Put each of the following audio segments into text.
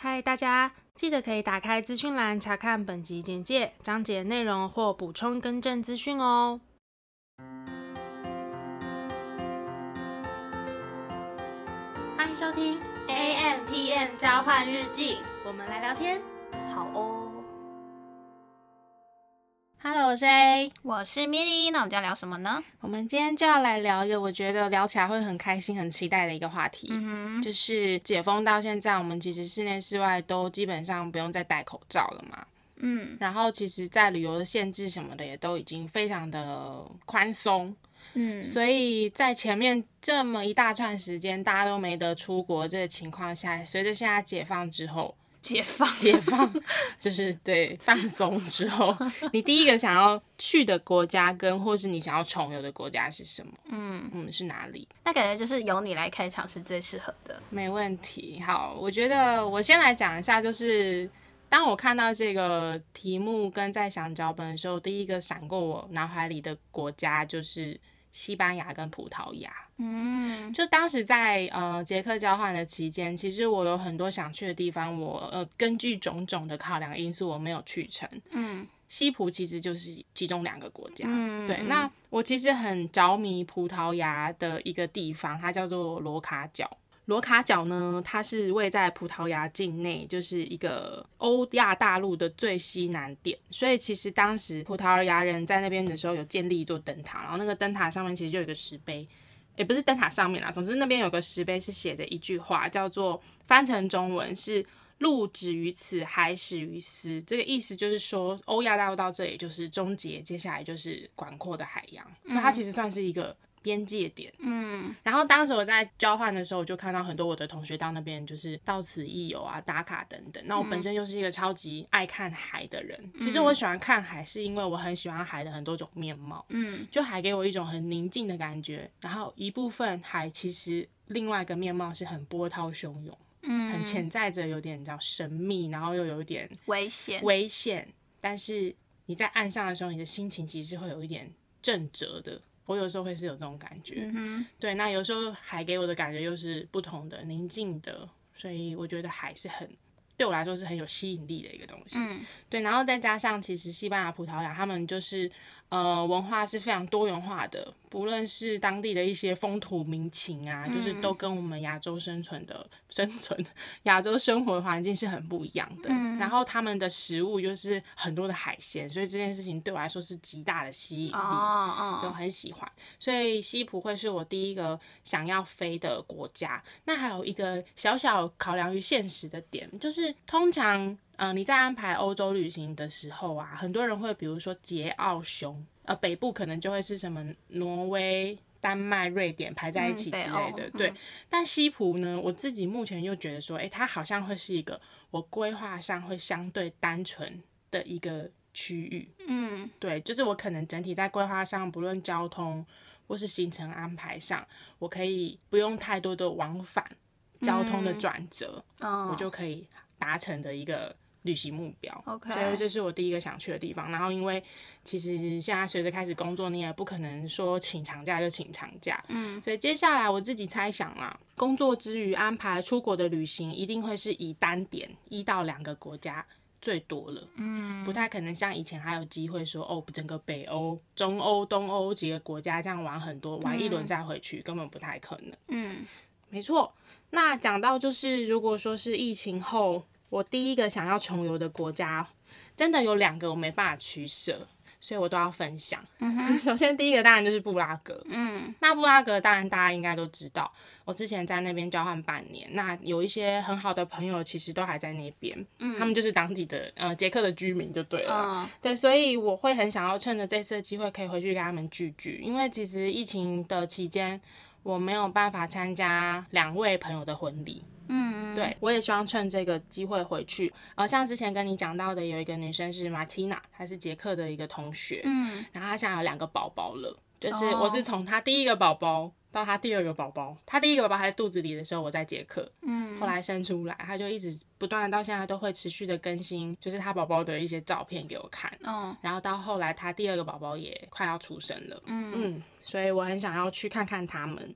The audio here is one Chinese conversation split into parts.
嗨，大家记得可以打开资讯栏查看本集简介、章节内容或补充更正资讯哦。欢迎收听 AMpm 交换日记， 我们来聊天。 好哦。 Hello， 我是 A， 我是 Milly， 那我们要聊什么呢？ 我们今天就要来聊一个我觉得聊起来会很开心、很期待的一个话题，就是解封到现在，我们其实室内室外都基本上不用再戴口罩了嘛。然后其实在旅游的限制什么的也都已经非常的宽松。所以在前面这么一大串时间大家都没得出国这个情况下，随着现在解放之后，解放就是对放松之后，你第一个想要去的国家跟或是你想要重游的国家是什么？是哪里？ 那感觉就是由你来开场是最适合的。 没问题。好，我觉得我先来讲一下，就是当我看到这个题目跟在想脚本的时候，第一个闪过我脑海里的国家就是西班牙跟葡萄牙。就当时在捷克交换的期间，其实我有很多想去的地方，我根据种种的考量因素我没有去成。西葡其实就是其中2个国家。对，那我其实很着迷葡萄牙的一个地方，它叫做罗卡角。罗卡角呢，它是位在葡萄牙境内，就是一个欧亚大陆的最西南点，所以其实当时葡萄牙人在那边的时候有建立一座灯塔，然后那个灯塔上面其实就有一个石碑，也不是灯塔上面啦，总之那边有个石碑是写着一句话，叫做翻成中文是路止于此，海始于斯。这个意思就是说，欧亚大陆到这里就是终结，接下来就是广阔的海洋，所以它其实算是一个边界点。然后当时我在交换的时候，我就看到很多我的同学到那边就是到此一游啊、打卡等等。那我本身又是一个超级爱看海的人，其实我喜欢看海是因为我很喜欢海的很多种面貌。就海给我一种很宁静的感觉，然后一部分海其实另外一个面貌是很波涛汹涌，很潜在着有点叫神秘，然后又有一点危险， 但是你在岸上的时候，你的心情其实会有一点震折的。我有时候会是有这种感觉。对，那有时候海给我的感觉又是不同的、宁静的，所以我觉得海是对我来说是很有吸引力的一个东西。对，然后再加上其实西班牙、葡萄牙他们就是文化是非常多元化的，不论是当地的一些风土民情啊，就是都跟我们亚洲亚洲生活环境是很不一样的。然后他们的食物就是很多的海鲜，所以这件事情对我来说是极大的吸引力，就很喜欢。所以西葡会是我第一个想要飞的国家。那还有一个小小考量于现实的点，就是通常你在安排欧洲旅行的时候啊，很多人会比如说捷澳匈，北部可能就会是什么挪威、丹麦、瑞典排在一起之类的。对，但西葡呢，我自己目前又觉得说，它好像会是一个我规划上会相对单纯的一个区域。对，就是我可能整体在规划上，不论交通或是行程安排上，我可以不用太多的往返交通的转折，我就可以达成的一个旅行目标。所以这是我第一个想去的地方。然后因为其实现在随着开始工作，你也不可能说请长假就请长假。所以接下来我自己猜想啦，工作之余安排出国的旅行一定会是以单点1到2个国家最多了。不太可能像以前还有机会说整个北欧、中欧、东欧几个国家这样玩很多，玩一轮再回去，根本不太可能。没错。那讲到就是如果说是疫情后我第一个想要重游的国家，真的有2个我没办法取舍，所以我都要分享。首先第一个当然就是布拉格。那布拉格当然大家应该都知道，我之前在那边交换半年，那有一些很好的朋友其实都还在那边。他们就是当地的捷克的居民就对了。对，所以我会很想要趁着这次的机会可以回去跟他们聚聚，因为其实疫情的期间我没有办法参加2位朋友的婚礼。对，我也希望趁这个机会回去。像之前跟你讲到的，有一个女生是 Martina， 她是捷克的一个同学。然后她现在有2个宝宝了，就是我是从她第一个宝宝到她第2个宝宝，她第一个宝宝还在肚子里的时候我在捷克，后来生出来，她就一直不断的到现在都会持续的更新，就是她宝宝的一些照片给我看。然后到后来她第2个宝宝也快要出生了。所以我很想要去看看他们。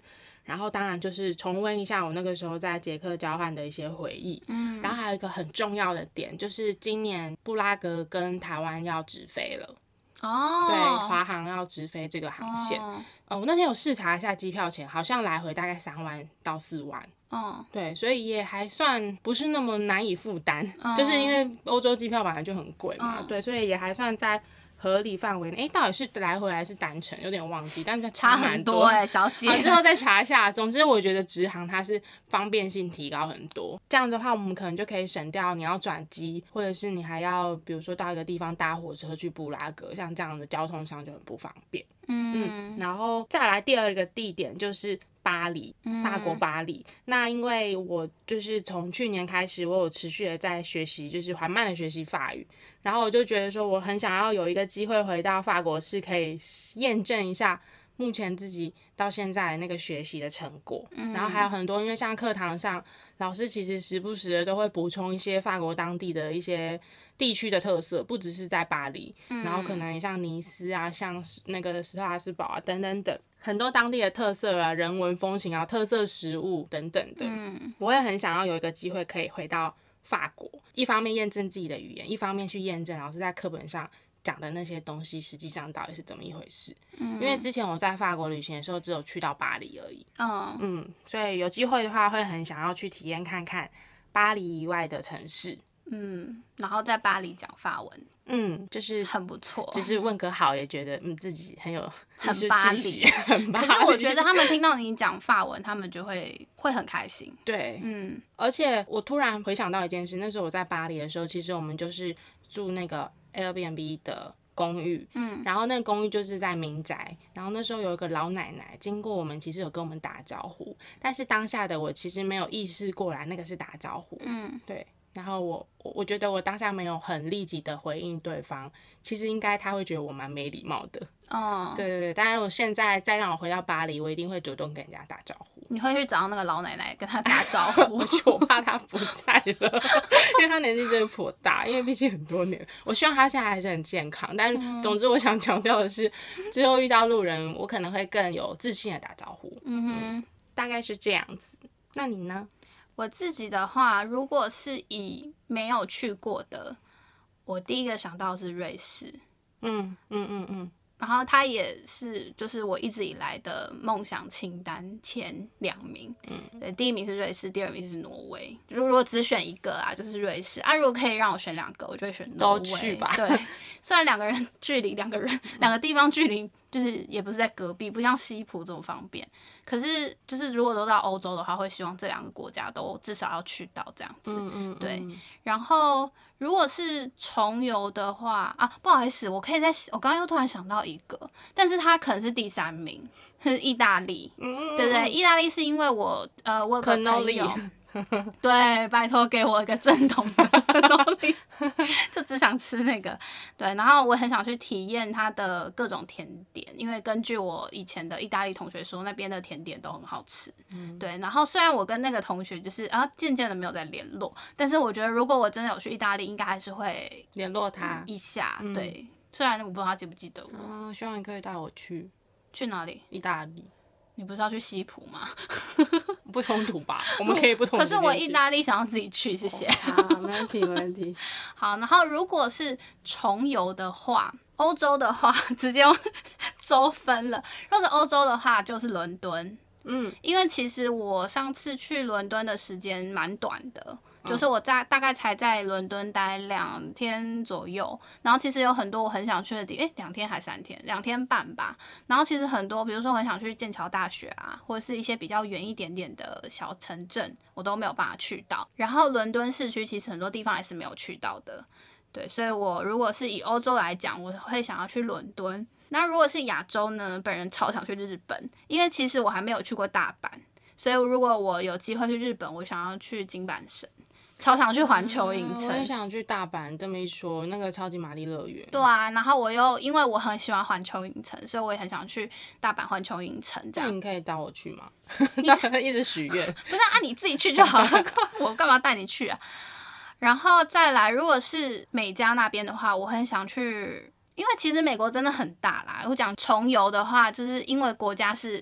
然后当然就是重温一下我那个时候在捷克交换的一些回忆。然后还有一个很重要的点，就是今年布拉格跟台湾要直飞了。对，华航要直飞这个航线。我那天有视察一下机票钱，好像来回大概3万到4万。对，所以也还算不是那么难以负担。就是因为欧洲机票本来就很贵嘛。对，所以也还算在合理范围内。到底是来回还是单程有点忘记，但是差很多小姐。 之后再查一下。总之我觉得直航它是方便性提高很多，这样的话我们可能就可以省掉你要转机，或者是你还要比如说到一个地方搭火车去布拉格，像这样的交通上就很不方便。然后再来第二个地点就是巴黎，法国巴黎。那因为我就是从去年开始，我有持续的在学习，就是缓慢的学习法语，然后我就觉得说我很想要有一个机会回到法国，是可以验证一下目前自己到现在的那个学习的成果。然后还有很多，因为像课堂上老师其实时不时的都会补充一些法国当地的一些地区的特色，不只是在巴黎，然后可能像尼斯啊，像那个斯特拉斯堡啊等等等，很多当地的特色啊、人文风情啊、特色食物等等的。我也很想要有一个机会可以回到法国，一方面验证自己的语言，一方面去验证老师在课本上讲的那些东西实际上到底是怎么一回事。因为之前我在法国旅行的时候只有去到巴黎而已。所以有机会的话会很想要去体验看看巴黎以外的城市。 然后在巴黎讲法文， 就是很不错。 只是问个好也觉得自己很有很巴黎，很巴黎。可是我觉得他们听到你讲法文，他们就会很开心。 对，而且我突然回想到一件事，那时候我在巴黎的时候，其实我们就是住那个 Airbnb 的公寓，然后那个公寓就是在民宅，然后那时候有一个老奶奶经过我们，其实有跟我们打招呼，但是当下的我其实没有意识过来那个是打招呼。对。然后我觉得我当下没有很立即的回应对方，其实应该他会觉得我蛮没礼貌的。对对对，当然我现在再让我回到巴黎，我一定会主动跟人家打招呼。 你会去找到那个老奶奶跟她打招呼？ 我怕她不在了，因为她年纪真的颇大，因为毕竟很多年。我希望她现在还是很健康，但总之我想强调的是，之后遇到路人，我可能会更有自信的打招呼。大概是这样子。那你呢？ 我自己的话，如果是以没有去过的，我第一个想到是瑞士。然后它也是就是我一直以来的梦想清单前2名。对，第1名是瑞士，第2名是挪威。如果只选一个啊，就是瑞士啊。如果可以让我选2个，我就会选挪威。 都去吧。 对，虽然两个地方距离就是也不是在隔壁，不像西葡这么方便。可是就是如果都到欧洲的话，会希望这2个国家都至少要去到这样子。对。然后如果是重游的话啊，不好意思，我刚刚又突然想到一个，但是它可能是第3名，是意大利。对不对？意大利是因为我有个朋友。对，拜托给我一个正统的能力，就只想吃那个。对，然后我很想去体验它的各种甜点，因为根据我以前的意大利同学说，那边的甜点都很好吃。对，然后虽然我跟那个同学就是渐渐的没有再联络，但是我觉得如果我真的有去意大利，应该还是会联络他一下。对，虽然我不知道他记不记得我。 希望你可以带我去。 去哪里？ 意大利。 你不是要去西葡吗？ 不冲突吧？我们可以不冲突。 可是我意大利想要自己去，谢谢。 好，没问题，没问题。 好，然后如果是重游的话，欧洲的话直接用州分了。如果是欧洲的话，就是伦敦。因为其实我上次去伦敦的时间蛮短的。就是我大概才在伦敦待2天左右，然后其实有很多我很想去的地，2天还3天，2天半吧。然后其实很多，比如说我很想去剑桥大学啊，或者是一些比较远一点点的小城镇，我都没有办法去到。然后伦敦市区其实很多地方也是没有去到的。对，所以我如果是以欧洲来讲，我会想要去伦敦。那如果是亚洲呢，本人超想去日本，因为其实我还没有去过大阪，所以如果我有机会去日本，我想要去京阪神。超想去环球影城。 我也想去大阪，这么一说，那个超级玛丽乐园。 对啊，然后我又因为我很喜欢环球影城，所以我也很想去大阪环球影城这样。 那你可以带我去吗？一直许愿。 不是你自己去就好了，我干嘛带你去啊？然后再来，如果是美加那边的话，我很想去，因为其实美国真的很大啦。我讲重游的话，就是因为国家是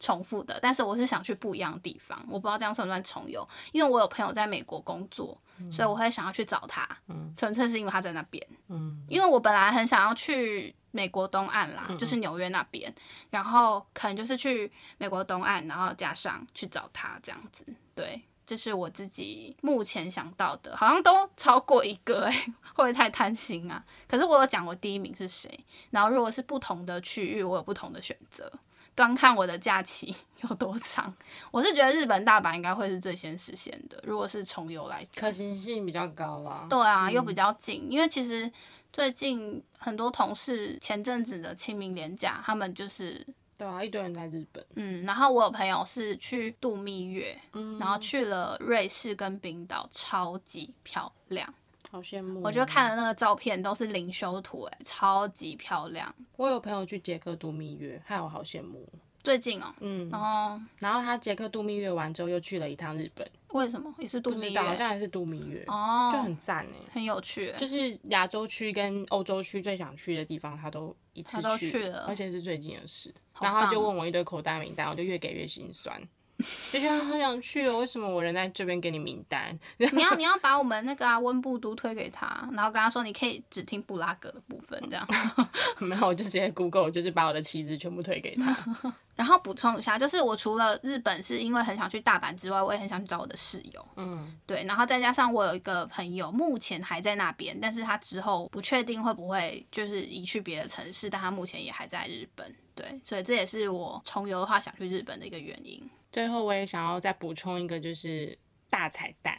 重复的，但是我是想去不一样的地方，我不知道这样算不算重游，因为我有朋友在美国工作，所以我会想要去找他，纯粹是因为他在那边，因为我本来很想要去美国东岸啦，就是纽约那边，然后可能就是去美国东岸，然后加上去找他这样子，对。这是我自己目前想到的，好像都超过一个会不会太贪心啊？可是我有讲我第一名是谁，然后如果是不同的区域，我有不同的选择，端看我的假期有多长。我是觉得日本大阪应该会是最先实现的，如果是重游来讲， 可行性比较高啦。 对啊，又比较近，因为其实最近很多同事前阵子的清明连假，他们就是对啊，一堆人在日本。 然后我有朋友是去度蜜月，然后去了瑞士跟冰岛，超级漂亮， 好羡慕。 我就看了那个照片，都是灵修图，超级漂亮。 我有朋友去捷克度蜜月，害我好羡慕。 最近然后他捷克度蜜月完之后，又去了一趟日本。 为什么？也是度蜜月？ 不知道，好像也是度蜜月，就很赞很有趣。 就是亚洲区跟欧洲区最想去的地方，他都一次去了， 而且是最近的事。然后他就问我一堆口袋名单，我就越给越心酸。就觉得好想去哦，为什么我人在这边给你名单？ 你要把我们那个温布都推给他，然后跟他说你可以只听布拉格的部分，这样。 没有，我就直接 Google， 就是把我的旗帜全部推给他。 然后补充一下，就是我除了日本是因为很想去大阪之外，我也很想去找我的室友。对，然后再加上我有一个朋友，目前还在那边，但是他之后不确定会不会就是移去别的城市，但他目前也还在日本。对，所以这也是我重游的话想去日本的一个原因。 最后我也想要再补充一个，就是大彩蛋。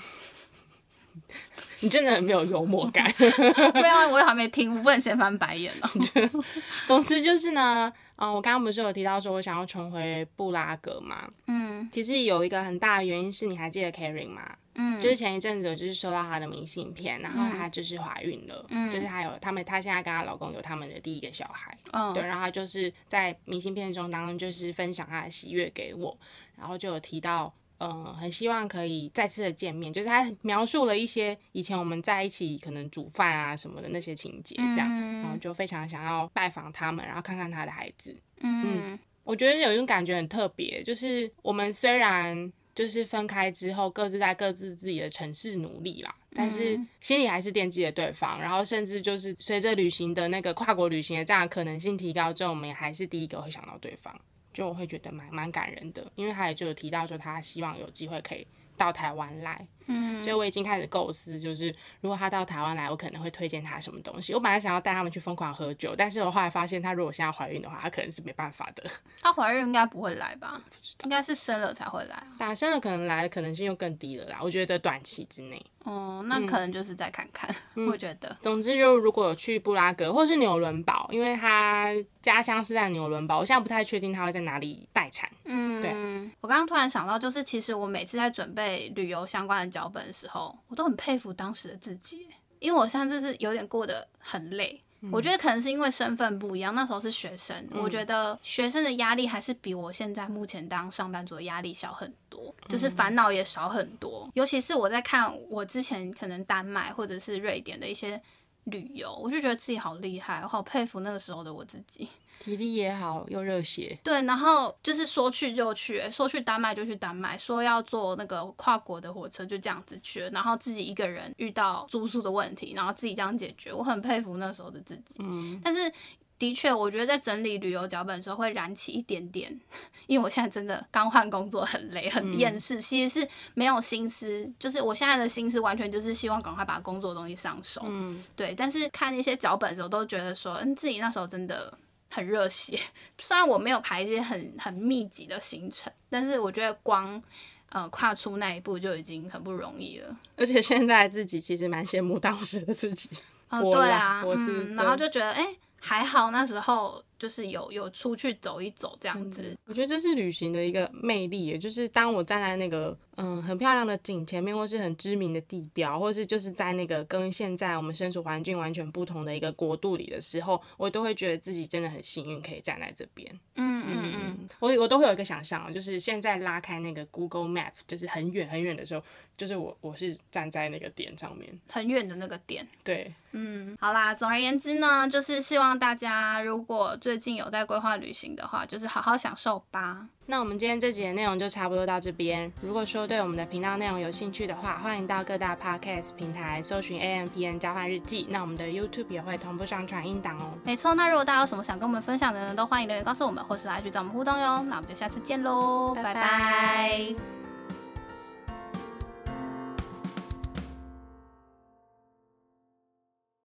你真的很没有幽默感。 没有，我还没听，我不能先翻白眼了。 总之就是呢，我刚刚不是有提到说我想要重回布拉格嘛？其实有一个很大的原因是，你还记得 Karen 吗？就是前一阵子我就是收到她的明信片，然后她就是怀孕了，就是她现在跟她老公有他们的第一个小孩，对，然后她就是在明信片中当中就是分享她的喜悦给我，然后就有提到很希望可以再次的见面，就是他描述了一些以前我们在一起可能煮饭啊什么的那些情节，这样，然后就非常想要拜访他们，然后看看他的孩子。我觉得有一种感觉很特别，就是我们虽然就是分开之后各自在各自自己的城市努力啦，但是心里还是惦记着对方，然后甚至就是随着旅行的那个跨国旅行的这样的可能性提高之后，我们也还是第一个会想到对方。就我会觉得蛮感人的，因为他也就有提到说他希望有机会可以到台湾来，所以我已经开始构思，就是如果他到台湾来，我可能会推荐他什么东西。我本来想要带他们去疯狂喝酒，但是我后来发现他如果现在怀孕的话，他可能是没办法的。 他怀孕应该不会来吧？应该是生了才会来。 但生了可能来的可能性又更低了啦，我觉得短期之内。 那可能就是再看看，我觉得。 总之就如果有去布拉格或是纽伦堡，因为他家乡是在纽伦堡，我现在不太确定他会在哪里待产。对。 我刚刚突然想到，就是其实我每次在准备旅游相关的脚本的时候，我都很佩服当时的自己，因为我现在就是有点过得很累。我觉得可能是因为身份不一样，那时候是学生，我觉得学生的压力还是比我现在目前当上班族的压力小很多，就是烦恼也少很多。尤其是我在看我之前可能丹麦或者是瑞典的一些旅游，我就觉得自己好厉害，我好佩服那个时候的我自己。 体力也好，又热血。 对，然后就是说去就去，说去丹麦就去丹麦，说要坐那个跨国的火车就这样子去了，然后自己一个人遇到住宿的问题，然后自己这样解决，我很佩服那时候的自己。但是的确，我觉得在整理旅游脚本的时候会燃起一点点，因为我现在真的刚换工作，很累很厌世，其实是没有心思，就是我现在的心思完全就是希望赶快把工作的东西上手。对，但是看一些脚本的时候都觉得说，自己那时候真的很热血。虽然我没有排一些很密集的行程，但是我觉得光跨出那一步就已经很不容易了。 而且现在自己其实蛮羡慕当时的自己。 对啊， 我是然后就觉得还好那时候就是有出去走一走这样子。 我觉得这是旅行的一个魅力，也就是当我站在那个很漂亮的景前面，或是很知名的地标，或是就是在那个跟现在我们身处环境完全不同的一个国度里的时候，我都会觉得自己真的很幸运可以站在这边。我都会有一个想象，就是现在拉开那个 Google Map， 就是很远很远的时候，就是我是站在那个点上面， 很远的那个点。 对， 好啦，总而言之呢，就是希望大家如果最近有在规划旅行的话，就是好好享受吧。 那我们今天这集的内容就差不多到这边。如果说对我们的频道内容有兴趣的话，欢迎到各大 podcast 平台搜寻 AMpm 交换日记。那我们的 YouTube 也会同步上传音档哦。 没错，那如果大家有什么想跟我们分享的呢，都欢迎留言告诉我们，或是来去找我们互动哟。那我们就下次见喽，拜拜。